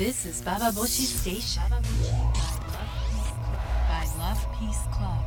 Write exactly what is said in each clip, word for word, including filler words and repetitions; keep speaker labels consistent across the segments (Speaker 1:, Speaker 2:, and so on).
Speaker 1: This is Bababoshi Station by Love Peace Club.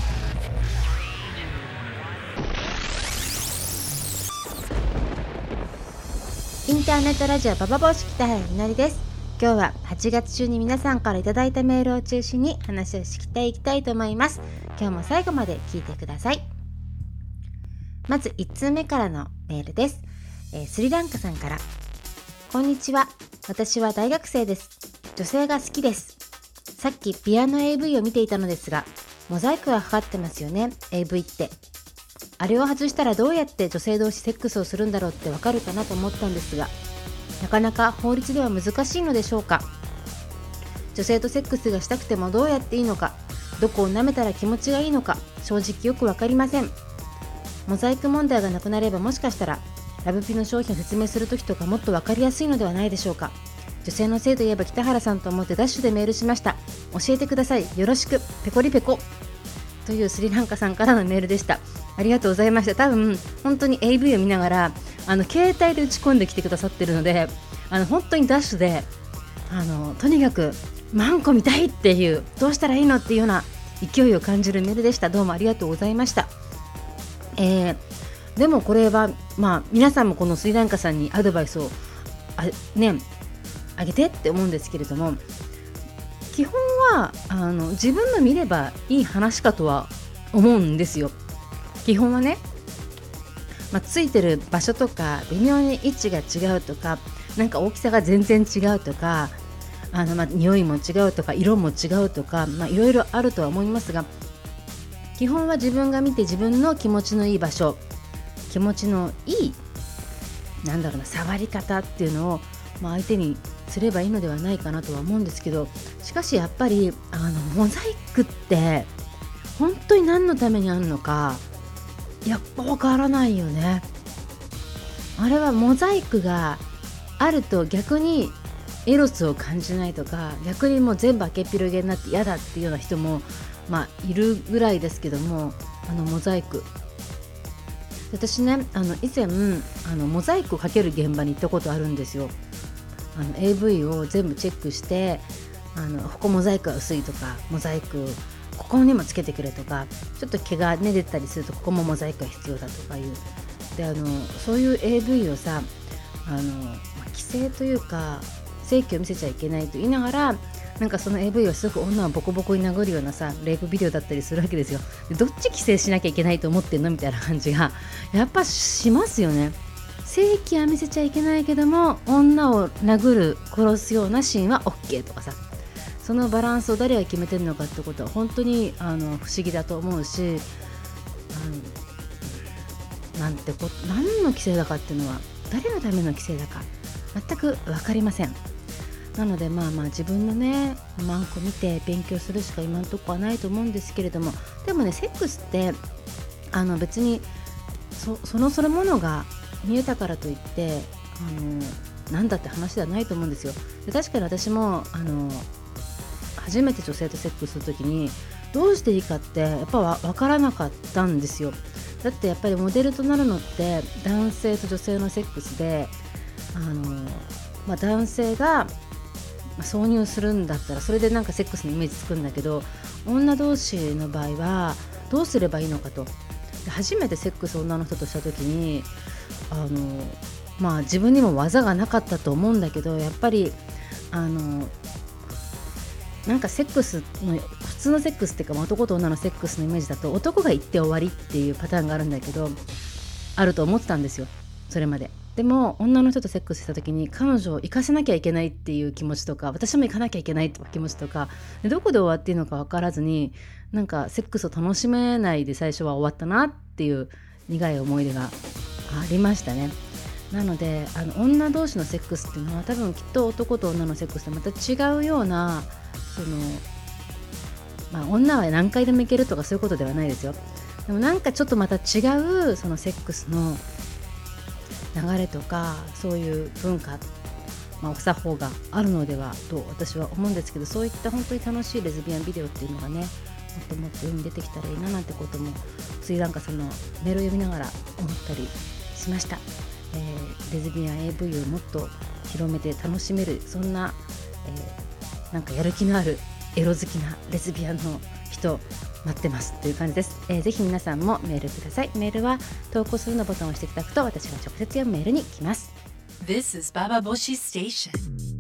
Speaker 2: インターネットラジオババボシ北原みのりです。今日ははちがつ中に皆さんからいただいたメールを中心に話をしていきたいと思います。今日も最後まで聞いてください。まずいち通目からのメールです。えー、スリランカさんから、こんにちは。私は大学生です。女性が好きです。さっきピアノ エーブイ を見ていたのですが、モザイクがかかってますよね、 エーブイ って。あれを外したらどうやって女性同士セックスをするんだろうってわかるかなと思ったんですが、なかなか法律では難しいのでしょうか。女性とセックスがしたくてもどうやっていいのか、どこを舐めたら気持ちがいいのか、正直よくわかりません。モザイク問題がなくなれば、もしかしたらラブピの商品を説明するときとかもっとわかりやすいのではないでしょうか。女性のせいといえば北原さんと思ってダッシュでメールしました。教えてください、よろしく、ペコリペコというスリランカさんからのメールでした。ありがとうございました。多分本当に エーブイ を見ながらあの携帯で打ち込んできてくださってるので、あの本当にダッシュであのとにかくマンコ見たいっていう、どうしたらいいのっていうような勢いを感じるメールでした。どうもありがとうございました。えー、でもこれはまあ皆さんもこのスリランカさんにアドバイスをあねあげてって思うんですけれども、基本はあの自分の見ればいい話かとは思うんですよ。基本はね、まあ、ついてる場所とか微妙に位置が違うとか、なんか大きさが全然違うとか、あのまあ匂いも違うとか色も違うとか、まあいろいろあるとは思いますが、基本は自分が見て自分の気持ちのいい場所、気持ちのいいなんだろうな触り方っていうのを、まあ、相手にすればいいのではないかなとは思うんですけど、しかしやっぱりあのモザイクって本当に何のためにあるのかやっぱ分からないよね。あれはモザイクがあると逆にエロスを感じないとか、逆にもう全部開けっぴろげになって嫌だっていうような人もまあいるぐらいですけども、あのモザイク、私ねあの以前あのモザイクをかける現場に行ったことあるんですよ。あの エーブイ を全部チェックして、あのここモザイクが薄いとか、モザイクここにもつけてくれとか、ちょっと毛がね出たりするとここもモザイクが必要だとかいうで、あのそういう エーブイ をさ、あの、まあ、規制というか正規を見せちゃいけないと言いながら、なんかその エーブイ はすごく女をボコボコに殴るようなさレイプビデオだったりするわけですよ。でどっち規制しなきゃいけないと思ってんのみたいな感じがやっぱしますよね。正規は見せちゃいけないけども、女を殴る殺すようなシーンは OK とかさ、そのバランスを誰が決めてるのかってことは本当にあの不思議だと思うし、あのなんてこ何の規制だかっていうのは誰のための規制だか全く分かりません。なのでまあまあ自分のねマンコ見て勉強するしか今のところはないと思うんですけれども、でもねセックスってあの別に そ, そのそのものが見えたからといってあのなんだって話ではないと思うんですよ。で確かに私もあの初めて女性とセックスするときにどうしていいかってやっぱわ分からなかったんですよ。だってやっぱりモデルとなるのって男性と女性のセックスで、あの、まあ、男性が挿入するんだったらそれでなんかセックスのイメージつくんだけど、女同士の場合はどうすればいいのかと。で初めてセックス女の人とした時にあの、まあ、自分にも技がなかったと思うんだけど、やっぱりあのなんかセックスの普通のセックスっていうか男と女のセックスのイメージだと男が行って終わりっていうパターンがあるんだけど、あると思ってたんですよそれまで。でも女の人とセックスした時に彼女を行かせなきゃいけないっていう気持ちとか、私も行かなきゃいけないっていう気持ちとか、どこで終わっていいのか分からずに、なんかセックスを楽しめないで最初は終わったなっていう苦い思い出がありましたね。なのであの女同士のセックスっていうのは多分きっと男と女のセックスとまた違うような、その、まあ、女は何回でもいけるとかそういうことではないですよ。でもなんかちょっとまた違うそのセックスの流れとかそういう文化、まあ、お作法があるのではと私は思うんですけど、そういった本当に楽しいレズビアンビデオっていうのがねもっともっと世に出てきたらいいななんてこともスリランカさんのメールを読みながら思ったりしました。 えー、レズビアン エーブイ をもっと広めて楽しめる、そんな、えー、なんかやる気のあるエロ好きなレズビアンの人待ってますという感じです。えー、ぜひ皆さんもメールください。メールは投稿するのボタンを押していただくと私が直接読むメールに来ます。
Speaker 1: This is Baba Boshi Station.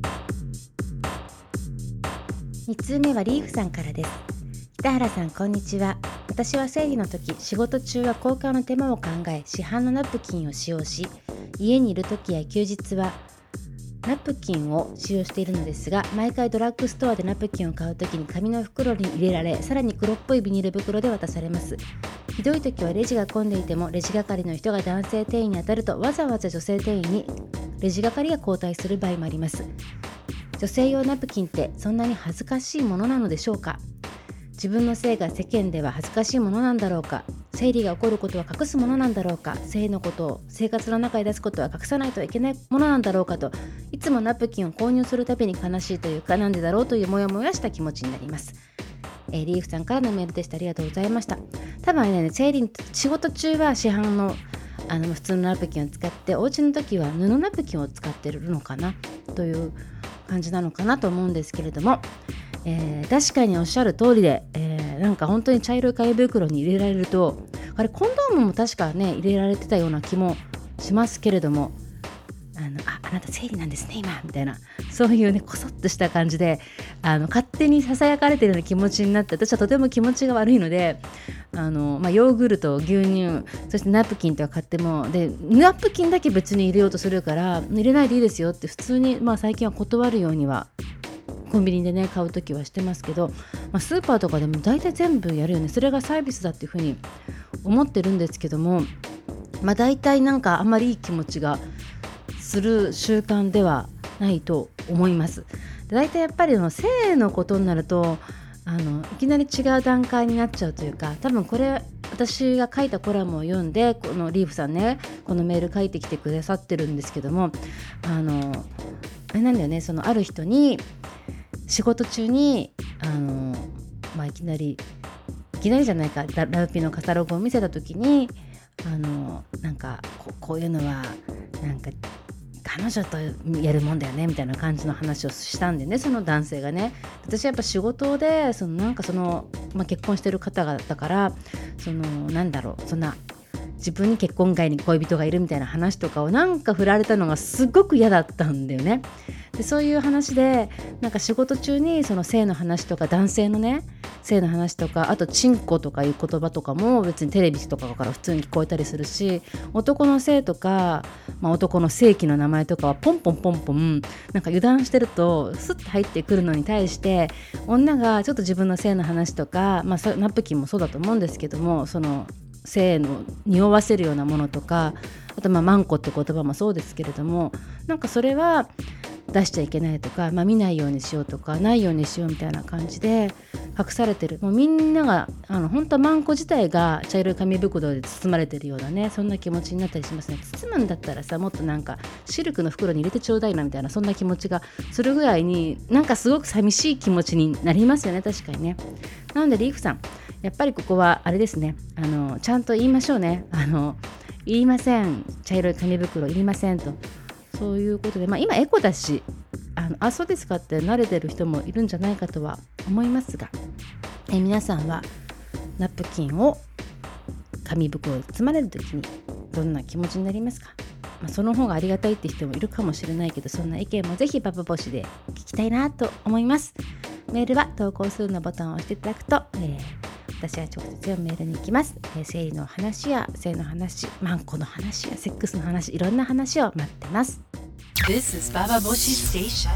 Speaker 2: みっつめはリーフさんからです。北原さん、こんにちは。私は生理の時、仕事中は交換の手間を考え、市販のナプキンを使用し、家にいる時や休日はナプキンを使用しているのですが、毎回ドラッグストアでナプキンを買う時に紙の袋に入れられ、さらに黒っぽいビニール袋で渡されます。ひどい時はレジが混んでいても、レジ係の人が男性店員に当たると、わざわざ女性店員にレジ係が交代する場合もあります。女性用ナプキンってそんなに恥ずかしいものなのでしょうか。自分の性が世間では恥ずかしいものなんだろうか。生理が起こることは隠すものなんだろうか。性のことを生活の中で出すことは隠さないといけないものなんだろうかと、いつもナプキンを購入するたびに悲しいというか、なんでだろうというモヤモヤした気持ちになります。えー、リーフさんからのメールでした。ありがとうございました。多分ね、生理仕事中は市販のあの普通のナプキンを使って、お家の時は布ナプキンを使ってるのかなという感じなのかなと思うんですけれども、えー、確かにおっしゃる通りで、えー、なんか本当に茶色い紙袋に入れられると、あれコンドームも確かね入れられてたような気もしますけれども、あの あ, あなた生理なんですね今みたいな、そういうねこそっとした感じであの勝手にささやかれてるような気持ちになって、私はとても気持ちが悪いので、あの、まあ、ヨーグルト、牛乳、そしてナプキンとか買っても、でナプキンだけ別に入れようとするから入れないでいいですよって普通に、まあ、最近は断るようにはコンビニでね買うときはしてますけど、まあ、スーパーとかでも大体全部やるよね。それがサービスだっていうふうに思ってるんですけども、まあ、大体なんかあんまりいい気持ちがする習慣ではないと思います。大体やっぱりの性のことになるとあのいきなり違う段階になっちゃうというか、多分これ私が書いたコラムを読んで、このリーフさんねこのメール書いてきてくださってるんですけども、あのあれなんだよね、そのある人に仕事中にあの、まあ、いきなりいきなりじゃないかララピのカタログを見せた時に、あのなんか こ, こういうのはなんか彼女とやるもんだよねみたいな感じの話をしたんでね、その男性がね、私やっぱ仕事でそのなんかその、まあ、結婚してる方々だから、そのなんだろう、そんな自分に結婚外に恋人がいるみたいな話とかをなんか振られたのがすごく嫌だったんだよね。でそういう話でなんか仕事中にその性の話とか男性のね性の話とか、あとチンコとかいう言葉とかも別にテレビとかから普通に聞こえたりするし、男の性とか、まあ、男の性器の名前とかはポンポンポンポンなんか油断してるとスッと入ってくるのに対して、女がちょっと自分の性の話とか、まあ、ナプキンもそうだと思うんですけども、その性の匂わせるようなものとか、あとまあマンコって言葉もそうですけれども、なんかそれは出しちゃいけないとか、まあ、見ないようにしようとかないようにしようみたいな感じで隠されてる。もうみんながあの本当はマンコ自体が茶色い紙袋で包まれてるようなね、そんな気持ちになったりしますね。包むんだったらさ、もっとなんかシルクの袋に入れてちょうだいなみたいな、そんな気持ちがするぐらいに、なんかすごく寂しい気持ちになりますよね、確かにね。なのでリーフさん、やっぱりここはあれですね、あのちゃんと言いましょうね。あの言いません、茶色い紙袋いりませんと、そういうことで、まあ、今エコだし、あのあそうですかって慣れてる人もいるんじゃないかとは思いますが、え皆さんはナプキンを紙袋に包まれるときにどんな気持ちになりますか？まあ、その方がありがたいって人もいるかもしれないけど、そんな意見もぜひババボシで聞きたいなと思います。メールは投稿するのボタンを押していただくと、えー、私は直接メールに行きます。えー、生理の話や性の話、マンコの話やセックスの話、いろんな話を待ってます。
Speaker 1: This is Baba Boshi Station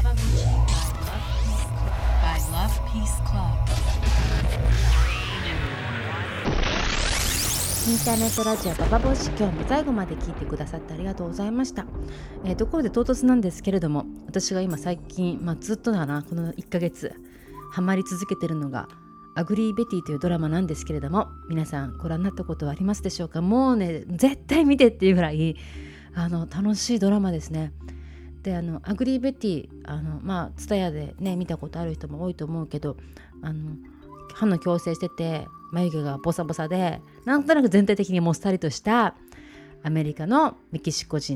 Speaker 1: by Love Peace Club.
Speaker 2: インターネットラジオババボシ、今日も最後まで聞いてくださってありがとうございました。えー、ところで唐突なんですけれども、私が今最近、まあ、ずっとだなこのいっかげつハマり続けてるのがアグリーベティというドラマなんですけれども、皆さんご覧になったことはありますでしょうか？もうね絶対見てっていうぐらいあの楽しいドラマですね。であのアグリーベティ、あのまあツタヤでね見たことある人も多いと思うけど、あの歯の矯正してて眉毛がボサボサでなんとなく全体的にもっさりとしたアメリカのメキシコ人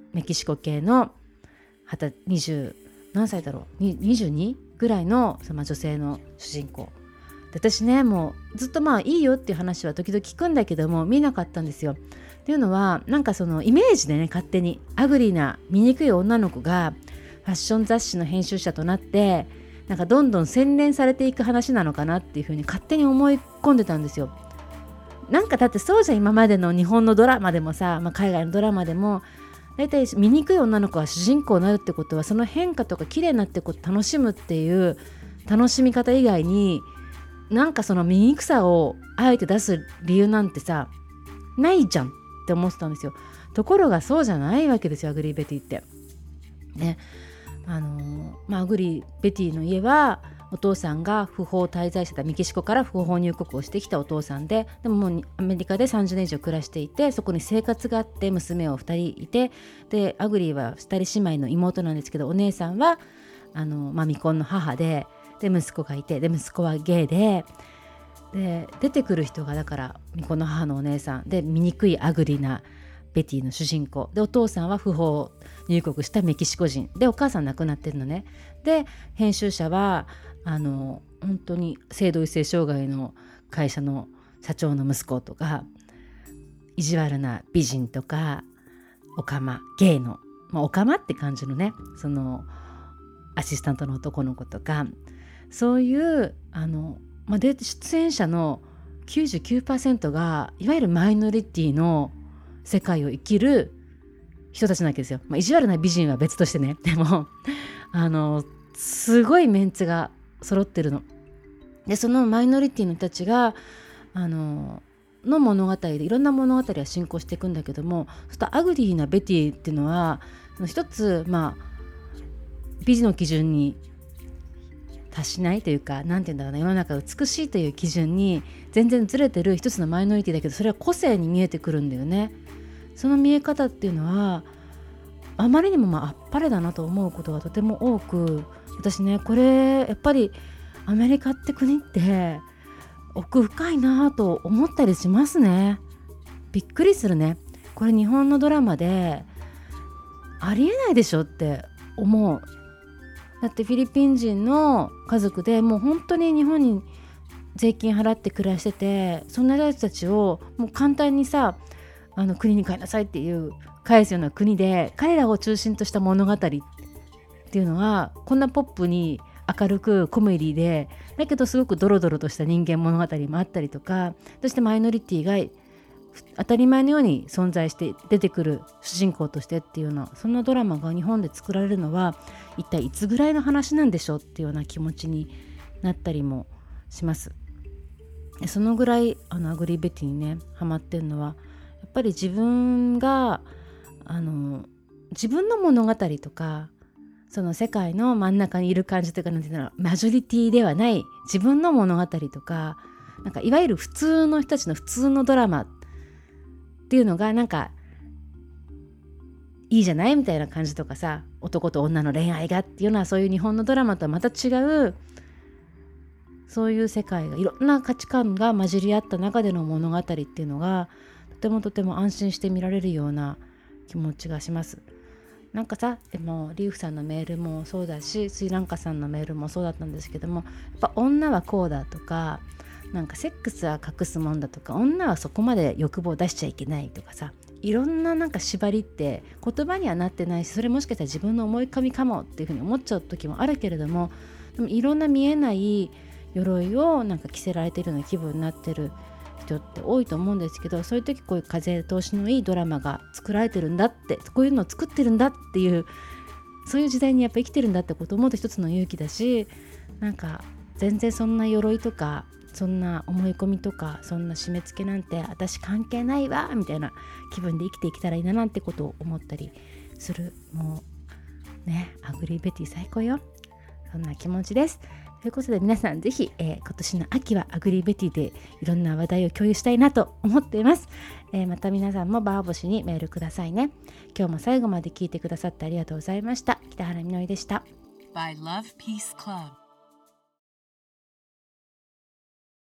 Speaker 2: メキシコ系のにじゅう何歳だろうにじゅうにぐらいのその女性の主人公で、私ねもうずっとまあいいよっていう話は時々聞くんだけども見なかったんですよ。っていうのはなんかそのイメージでね勝手にアグリーな醜い女の子がファッション雑誌の編集者となってなんかどんどん洗練されていく話なのかなっていうふうに勝手に思い込んでたんですよ。なんかだってそうじゃん、今までの日本のドラマでもさ、まあ、海外のドラマでもだいたい醜い女の子が主人公になるってことはその変化とか綺麗になってことを楽しむっていう楽しみ方以外になんかその醜さをあえて出す理由なんてさないじゃんって思ってたんですよ。ところがそうじゃないわけですよ、アグリーベティってね。あのーまあ、アグリーベティの家はお父さんが不法滞在してたメキシコから不法入国をしてきたお父さんで、でももうアメリカでさんじゅうねん以上暮らしていて、そこに生活があって娘をふたりいて、でアグリーはふたり姉妹の妹なんですけど、お姉さんはあの、まあ、未婚の母で、で息子がいて、で息子はゲイで、で出てくる人がだから未婚の母のお姉さんで醜いアグリーなベティの主人公で、お父さんは不法入国したメキシコ人で、お母さん亡くなってるのね。で編集者はあの本当に性同一性障害の会社の社長の息子とか、意地悪な美人とか、オカマゲイの、まあ、オカマって感じのね、そのアシスタントの男の子とか、そういうあの、まあ、で出演者の きゅうじゅうきゅうパーセント がいわゆるマイノリティの世界を生きる人たちなわけですよ。まあ、意地悪な美人は別としてね、でもあのすごいメンツが揃ってるので、そのマイノリティの人たちがあのの物語でいろんな物語が進行していくんだけども、そしたらアグリーなベティっていうのはその一つ、まあ美の基準に達しないというか、なんていうんだろうな、世の中美しいという基準に全然ずれてる一つのマイノリティだけど、それは個性に見えてくるんだよね。その見え方っていうのはあまりにもまああっぱれだなと思うことがとても多く、私ねこれやっぱりアメリカって国って奥深いなと思ったりしますね。びっくりするね。これ日本のドラマでありえないでしょって思う。だってフィリピン人の家族でもう本当に日本に税金払って暮らしてて、そんな人たちをもう簡単にさあの国に帰りなさいっていう返すような国で、彼らを中心とした物語っていうのはこんなポップに明るくコメディで、だけどすごくドロドロとした人間物語もあったりとか、そしてマイノリティが当たり前のように存在して出てくる主人公としてっていうような、そんなドラマが日本で作られるのは一体いつぐらいの話なんでしょうっていうような気持ちになったりもします。そのぐらいあのアグリーベティにねハマってるのは、やっぱり自分があの自分の物語とか、その世界の真ん中にいる感じというか、なんていうの、マジョリティではない自分の物語とか、なんかいわゆる普通の人たちの普通のドラマっていうのがなんかいいじゃないみたいな感じとかさ、男と女の恋愛がっていうのはそういう日本のドラマとはまた違う、そういう世界がいろんな価値観が混じり合った中での物語っていうのがとてもとても安心して見られるような気持ちがします。なんかさ、でもリーフさんのメールもそうだし、スリランカさんのメールもそうだったんですけども、やっぱ女はこうだとか、なんかセックスは隠すもんだとか、女はそこまで欲望を出しちゃいけないとかさ、いろんななんか縛りって言葉にはなってないし、それもしかしたら自分の思い込みかもっていうふうに思っちゃう時もあるけれども、でもいろんな見えない鎧をなんか着せられているような気分になってる人って多いと思うんですけど、そういう時こういう風通しのいいドラマが作られてるんだって、こういうのを作ってるんだっていう、そういう時代にやっぱ生きてるんだってことを思うと一つの勇気だし、なんか全然そんな鎧とかそんな思い込みとかそんな締め付けなんて私関係ないわみたいな気分で生きていけたらいいななんてことを思ったりする。もうね、アグリーベティ最高よ。そんな気持ちです。ということで皆さんぜひ、えー、今年の秋はアグリーベティでいろんな話題を共有したいなと思っています。えー、また皆さんもバーボシにメールくださいね。今日も最後まで聞いてくださってありがとうございました。北原みのりでした。
Speaker 1: by Love Peace Club